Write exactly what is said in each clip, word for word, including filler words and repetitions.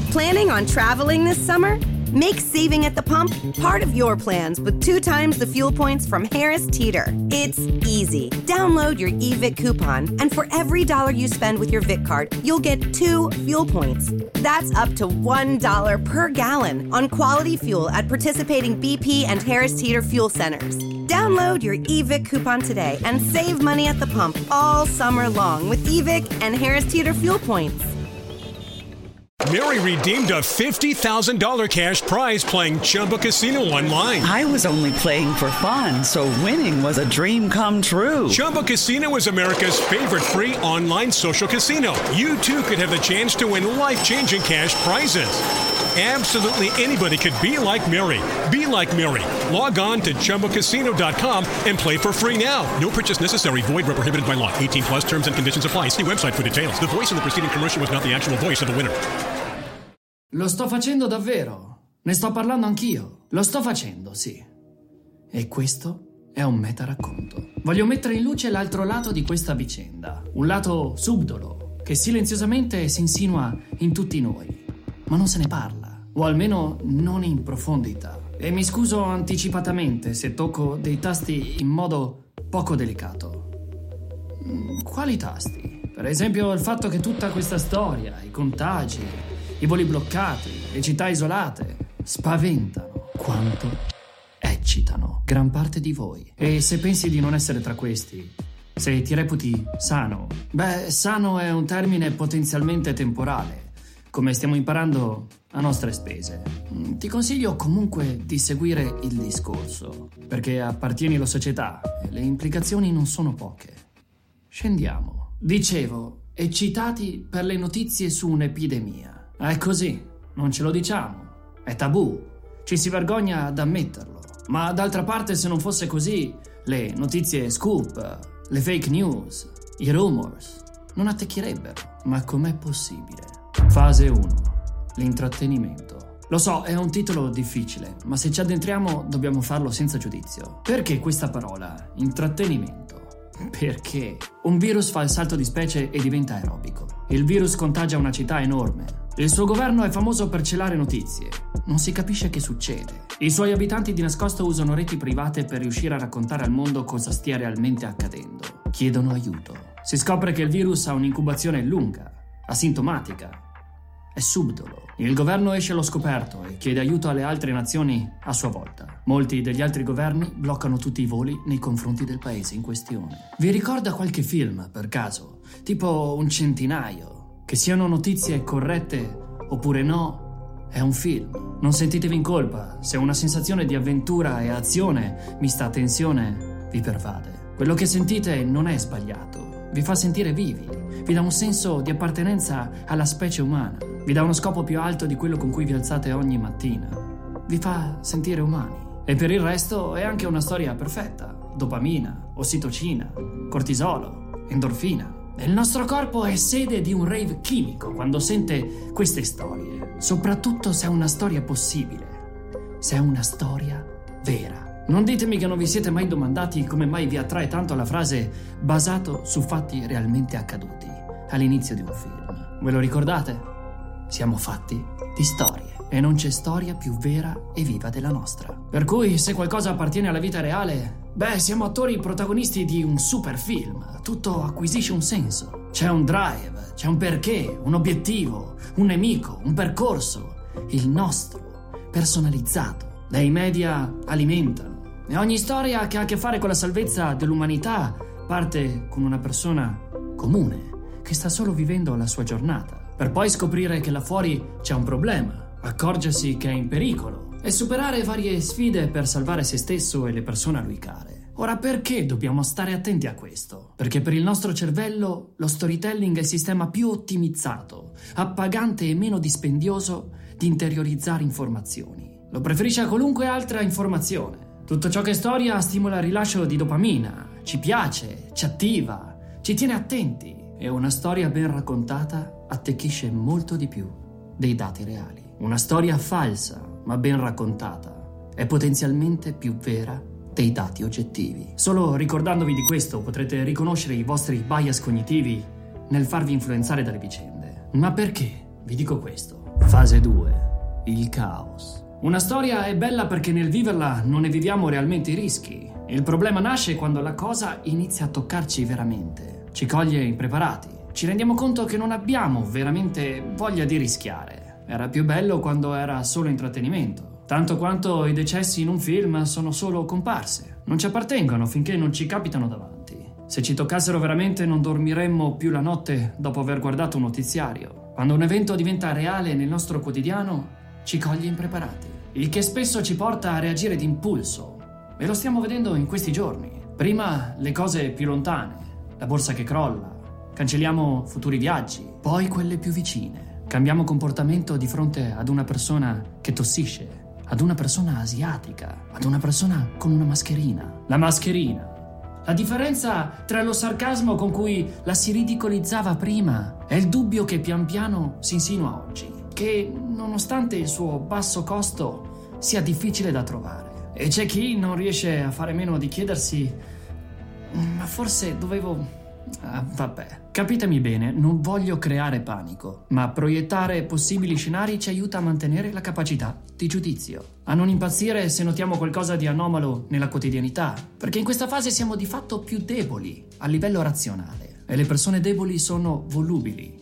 Planning on traveling this summer? Make saving at the pump part of your plans with two times the fuel points from Harris Teeter. It's easy. Download your E V I C coupon, and for every dollar you spend with your V I C card, you'll get two fuel points. That's up to one dollar per gallon on quality fuel at participating B P and Harris Teeter fuel centers. Download your E V I C coupon today and save money at the pump all summer long with E V I C and Harris Teeter fuel points. Mary redeemed a fifty thousand dollars cash prize playing Chumba Casino online. I was only playing for fun, so winning was a dream come true. Chumba Casino is America's favorite free online social casino. You, too, could have the chance to win life-changing cash prizes. Absolutely anybody could be like Mary. Be like Mary. Log on to Chumba Casino dot com and play for free now. No purchase necessary. Void where prohibited by law. eighteen plus terms and conditions apply. See website for details. The voice in the preceding commercial was not the actual voice of the winner. Lo sto facendo davvero. Ne sto parlando anch'io. Lo sto facendo, sì. E questo è un metaracconto. Voglio mettere in luce l'altro lato di questa vicenda. Un lato subdolo, che silenziosamente si insinua in tutti noi. Ma non se ne parla. O almeno non in profondità. E mi scuso anticipatamente se tocco dei tasti in modo poco delicato. Quali tasti? Per esempio il fatto che tutta questa storia, i contagi, i voli bloccati, le città isolate, spaventano quanto eccitano gran parte di voi. E se pensi di non essere tra questi, se ti reputi sano, beh, sano è un termine potenzialmente temporale, come stiamo imparando a nostre spese. Ti consiglio comunque di seguire il discorso, perché appartieni alla società e le implicazioni non sono poche. Scendiamo. Dicevo, eccitati per le notizie su un'epidemia. È così, non ce lo diciamo, è tabù, ci si vergogna ad ammetterlo. Ma d'altra parte, se non fosse così, le notizie scoop, le fake news, i rumors non attecchirebbero. Ma com'è possibile? Fase uno. L'intrattenimento. Lo so, è un titolo difficile, ma se ci addentriamo dobbiamo farlo senza giudizio. Perché questa parola, intrattenimento? Perché un virus fa il salto di specie e diventa aerobico. Il virus contagia una città enorme. Il suo governo è famoso per celare notizie. Non si capisce che succede. I suoi abitanti di nascosto usano reti private per riuscire a raccontare al mondo cosa stia realmente accadendo. Chiedono aiuto. Si scopre che il virus ha un'incubazione lunga, asintomatica. È subdolo. Il governo esce allo scoperto e chiede aiuto alle altre nazioni a sua volta. Molti degli altri governi bloccano tutti i voli nei confronti del paese in questione. Vi ricorda qualche film, per caso? Tipo Un centinaio? Che siano notizie corrette oppure no, è un film. Non sentitevi in colpa se una sensazione di avventura e azione mista a tensione vi pervade. Quello che sentite non è sbagliato, vi fa sentire vivi, vi dà un senso di appartenenza alla specie umana, vi dà uno scopo più alto di quello con cui vi alzate ogni mattina, vi fa sentire umani. E per il resto è anche una storia perfetta. Dopamina, ossitocina, cortisolo, endorfina. Il nostro corpo è sede di un rave chimico quando sente queste storie, soprattutto se è una storia possibile, se è una storia vera. Non ditemi che non vi siete mai domandati come mai vi attrae tanto la frase basato su fatti realmente accaduti all'inizio di un film. Ve lo ricordate? Siamo fatti di storie e non c'è storia più vera e viva della nostra. Per cui se qualcosa appartiene alla vita reale, beh, siamo attori protagonisti di un super film. Tutto acquisisce un senso. C'è un drive, c'è un perché, un obiettivo, un nemico, un percorso. Il nostro, personalizzato. Dei media alimentano. E ogni storia che ha a che fare con la salvezza dell'umanità parte con una persona comune che sta solo vivendo la sua giornata, per poi scoprire che là fuori c'è un problema, accorgersi che è in pericolo e superare varie sfide per salvare se stesso e le persone a lui care. Ora, perché dobbiamo stare attenti a questo? Perché per il nostro cervello lo storytelling è il sistema più ottimizzato, appagante e meno dispendioso di interiorizzare informazioni. Lo preferisce a qualunque altra informazione. Tutto ciò che è storia stimola il rilascio di dopamina, ci piace, ci attiva, ci tiene attenti. E una storia ben raccontata attecchisce molto di più dei dati reali. Una storia falsa, ma ben raccontata, è potenzialmente più vera dei dati oggettivi. Solo ricordandovi di questo potrete riconoscere i vostri bias cognitivi nel farvi influenzare dalle vicende. Ma perché vi dico questo. Fase due. Il caos. Una storia è bella perché nel viverla non ne viviamo realmente i rischi. Il problema nasce quando la cosa inizia a toccarci veramente. Ci coglie impreparati. Ci rendiamo conto che non abbiamo veramente voglia di rischiare. Era più bello quando era solo intrattenimento. Tanto quanto i decessi in un film sono solo comparse. Non ci appartengono finché non ci capitano davanti. Se ci toccassero veramente non dormiremmo più la notte dopo aver guardato un notiziario. Quando un evento diventa reale nel nostro quotidiano, ci coglie impreparati, il che spesso ci porta a reagire d'impulso. E lo stiamo vedendo in questi giorni. Prima le cose più lontane, la borsa che crolla, cancelliamo futuri viaggi, poi quelle più vicine. Cambiamo comportamento di fronte ad una persona che tossisce, ad una persona asiatica, ad una persona con una mascherina. La mascherina. La differenza tra lo sarcasmo con cui la si ridicolizzava prima e il dubbio che pian piano si insinua oggi, che nonostante il suo basso costo sia difficile da trovare. E c'è chi non riesce a fare meno di chiedersi: ma forse dovevo... Ah, vabbè. Capitemi bene, non voglio creare panico, ma proiettare possibili scenari ci aiuta a mantenere la capacità di giudizio, a non impazzire se notiamo qualcosa di anomalo nella quotidianità, perché in questa fase siamo di fatto più deboli a livello razionale e le persone deboli sono volubili,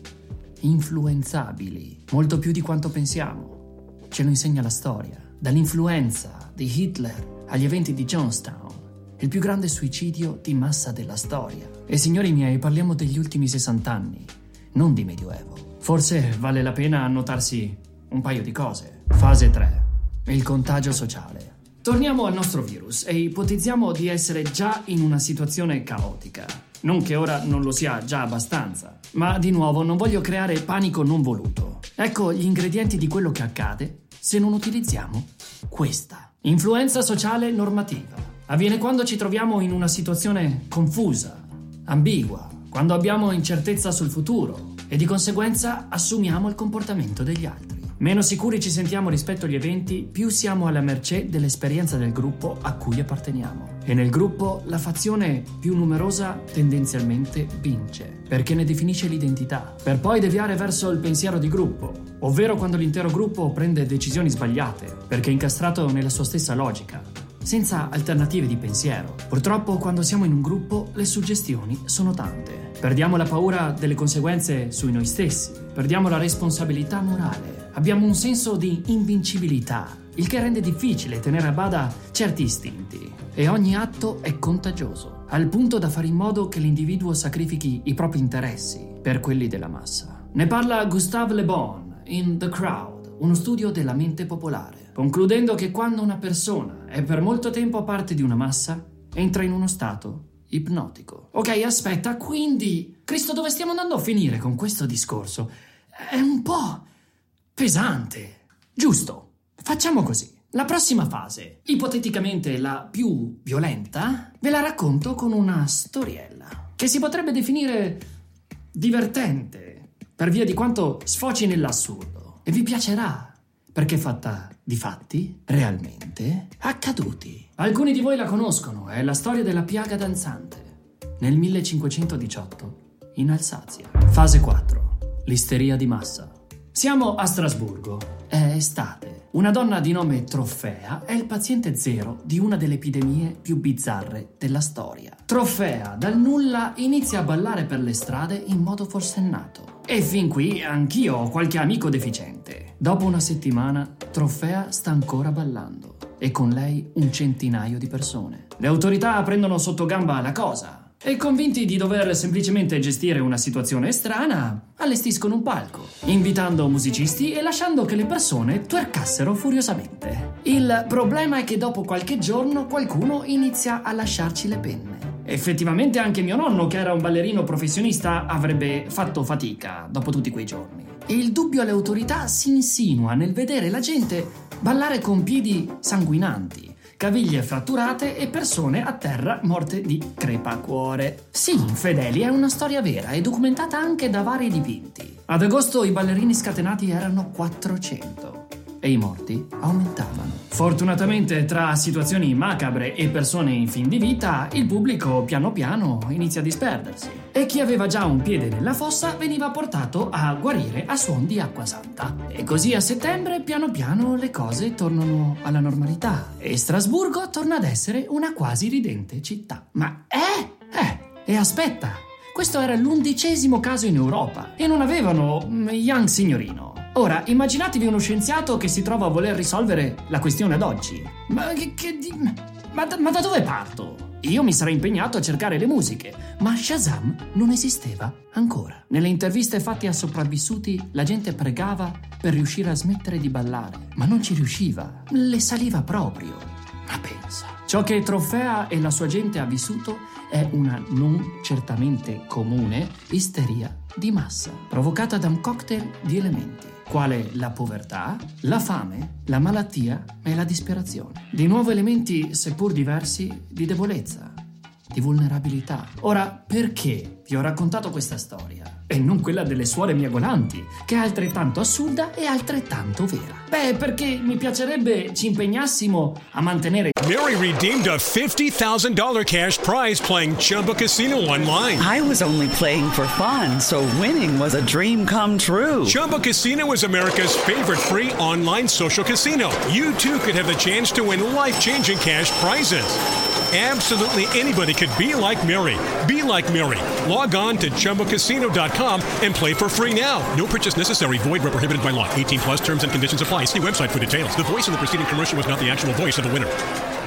influenzabili, molto più di quanto pensiamo. Ce lo insegna la storia, dall'influenza di Hitler agli eventi di Jonestown, il più grande suicidio di massa della storia. E signori miei, parliamo degli ultimi sessanta anni, non di Medioevo. Forse vale la pena annotarsi un paio di cose. Fase tre. Il contagio sociale. Torniamo al nostro virus e ipotizziamo di essere già in una situazione caotica. Non che ora non lo sia già abbastanza, ma di nuovo non voglio creare panico non voluto. Ecco gli ingredienti di quello che accade se non utilizziamo questa. Influenza sociale normativa. Avviene quando ci troviamo in una situazione confusa, ambigua, quando abbiamo incertezza sul futuro e di conseguenza assumiamo il comportamento degli altri. Meno sicuri ci sentiamo rispetto agli eventi, più siamo alla mercé dell'esperienza del gruppo a cui apparteniamo. E nel gruppo la fazione più numerosa tendenzialmente vince, perché ne definisce l'identità, per poi deviare verso il pensiero di gruppo, ovvero quando l'intero gruppo prende decisioni sbagliate, perché è incastrato nella sua stessa logica, senza alternative di pensiero. Purtroppo quando siamo in un gruppo le suggestioni sono tante. Perdiamo la paura delle conseguenze su noi stessi, perdiamo la responsabilità morale, abbiamo un senso di invincibilità, il che rende difficile tenere a bada certi istinti. E ogni atto è contagioso, al punto da fare in modo che l'individuo sacrifichi i propri interessi per quelli della massa. Ne parla Gustave Le Bon in The Crowd, uno studio della mente popolare, concludendo che quando una persona è per molto tempo parte di una massa, entra in uno stato ipnotico. Ok, aspetta, quindi... Cristo, dove stiamo andando a finire con questo discorso? È un po' pesante. Giusto, facciamo così. La prossima fase, ipoteticamente la più violenta, ve la racconto con una storiella, che si potrebbe definire divertente, per via di quanto sfoci nell'assurdo. E vi piacerà, perché è fatta di fatti realmente accaduti. Alcuni di voi la conoscono, è la storia della piaga danzante, nel millecinquecentodiciotto, in Alsazia. Fase quattro. L'isteria di massa. Siamo a Strasburgo, è estate. Una donna di nome Trofea è il paziente zero di una delle epidemie più bizzarre della storia. Trofea, dal nulla, inizia a ballare per le strade in modo forsennato. E fin qui anch'io ho qualche amico deficiente. Dopo una settimana, Trofea sta ancora ballando e con lei un centinaio di persone. Le autorità prendono sotto gamba la cosa e, convinti di dover semplicemente gestire una situazione strana, allestiscono un palco, invitando musicisti e lasciando che le persone twerkassero furiosamente. Il problema è che dopo qualche giorno qualcuno inizia a lasciarci le penne. Effettivamente anche mio nonno, che era un ballerino professionista, avrebbe fatto fatica dopo tutti quei giorni. E il dubbio alle autorità si insinua nel vedere la gente ballare con piedi sanguinanti, caviglie fratturate e persone a terra morte di crepacuore. Sì, infedeli, è una storia vera e documentata anche da vari dipinti. Ad agosto i ballerini scatenati erano quattrocento e i morti aumentavano. Fortunatamente, tra situazioni macabre e persone in fin di vita, il pubblico piano piano inizia a disperdersi e chi aveva già un piede nella fossa veniva portato a guarire a suon di acqua santa. E così a settembre piano piano le cose tornano alla normalità e Strasburgo torna ad essere una quasi ridente città. Ma eh, eh, e aspetta, questo era l'undicesimo caso in Europa e non avevano mm, Young Signorino. Ora, immaginatevi uno scienziato che si trova a voler risolvere la questione ad oggi. Ma che, che di... ma, da, ma da dove parto? Io mi sarei impegnato a cercare le musiche, ma Shazam non esisteva ancora. Nelle interviste fatte a sopravvissuti, la gente pregava per riuscire a smettere di ballare, ma non ci riusciva. Le saliva proprio. Ma pensa. Ciò che Trofea e la sua gente ha vissuto è una non certamente comune isteria di massa, provocata da un cocktail di elementi, quale la povertà, la fame, la malattia e la disperazione. Di nuovo elementi, seppur diversi, di debolezza, di vulnerabilità. Ora, perché vi ho raccontato questa storia? E non quella delle suore miagolanti, che è altrettanto assurda e altrettanto vera. Beh, perché mi piacerebbe ci impegnassimo a mantenere... Mary redeemed a fifty thousand dollars cash prize playing Chumba Casino online. I was only playing for fun, so winning was a dream come true. Chumba Casino is America's favorite free online social casino. You too could have the chance to win life-changing cash prizes. Absolutely anybody could be like Mary. Be like Mary. Log on to chumba casino dot com and play for free now. No purchase necessary. Void where prohibited by law. eighteen plus terms and conditions apply. See website for details. The voice in the preceding commercial was not the actual voice of the winner.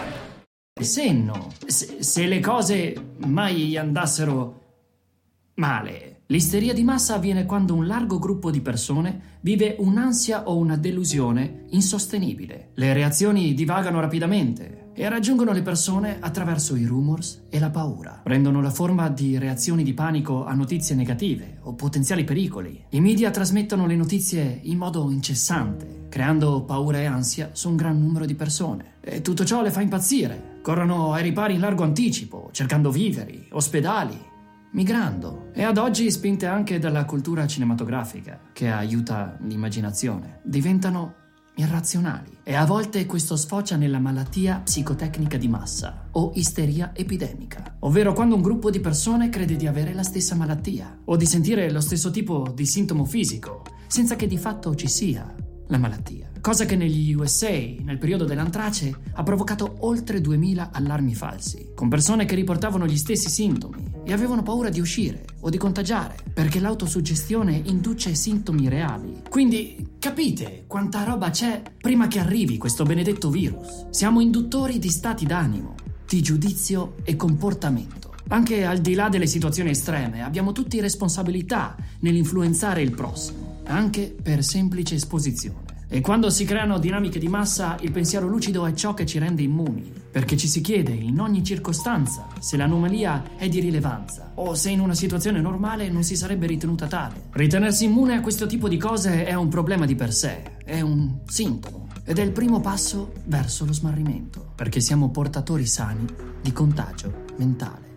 Senno, se, se le cose mai andassero male. L'isteria di massa avviene quando un largo gruppo di persone vive un'ansia o una delusione insostenibile. Le reazioni divagano rapidamente e raggiungono le persone attraverso i rumors e la paura. Prendono la forma di reazioni di panico a notizie negative o potenziali pericoli. I media trasmettono le notizie in modo incessante, creando paura e ansia su un gran numero di persone. E tutto ciò le fa impazzire. Corrono ai ripari in largo anticipo, cercando viveri, ospedali, migrando, e ad oggi spinte anche dalla cultura cinematografica che aiuta l'immaginazione, diventano irrazionali e a volte questo sfocia nella malattia psicotecnica di massa o isteria epidemica, ovvero quando un gruppo di persone crede di avere la stessa malattia o di sentire lo stesso tipo di sintomo fisico senza che di fatto ci sia la malattia, cosa che negli U S A nel periodo dell'antrace ha provocato oltre duemila allarmi falsi, con persone che riportavano gli stessi sintomi e avevano paura di uscire o di contagiare, perché l'autosuggestione induce sintomi reali. Quindi capite quanta roba c'è prima che arrivi questo benedetto virus. Siamo induttori di stati d'animo, di giudizio e comportamento. Anche al di là delle situazioni estreme, abbiamo tutti responsabilità nell'influenzare il prossimo, anche per semplice esposizione. E quando si creano dinamiche di massa, il pensiero lucido è ciò che ci rende immuni, perché ci si chiede in ogni circostanza se l'anomalia è di rilevanza o se in una situazione normale non si sarebbe ritenuta tale. Ritenersi immune a questo tipo di cose è un problema di per sé, è un sintomo ed è il primo passo verso lo smarrimento, perché siamo portatori sani di contagio mentale.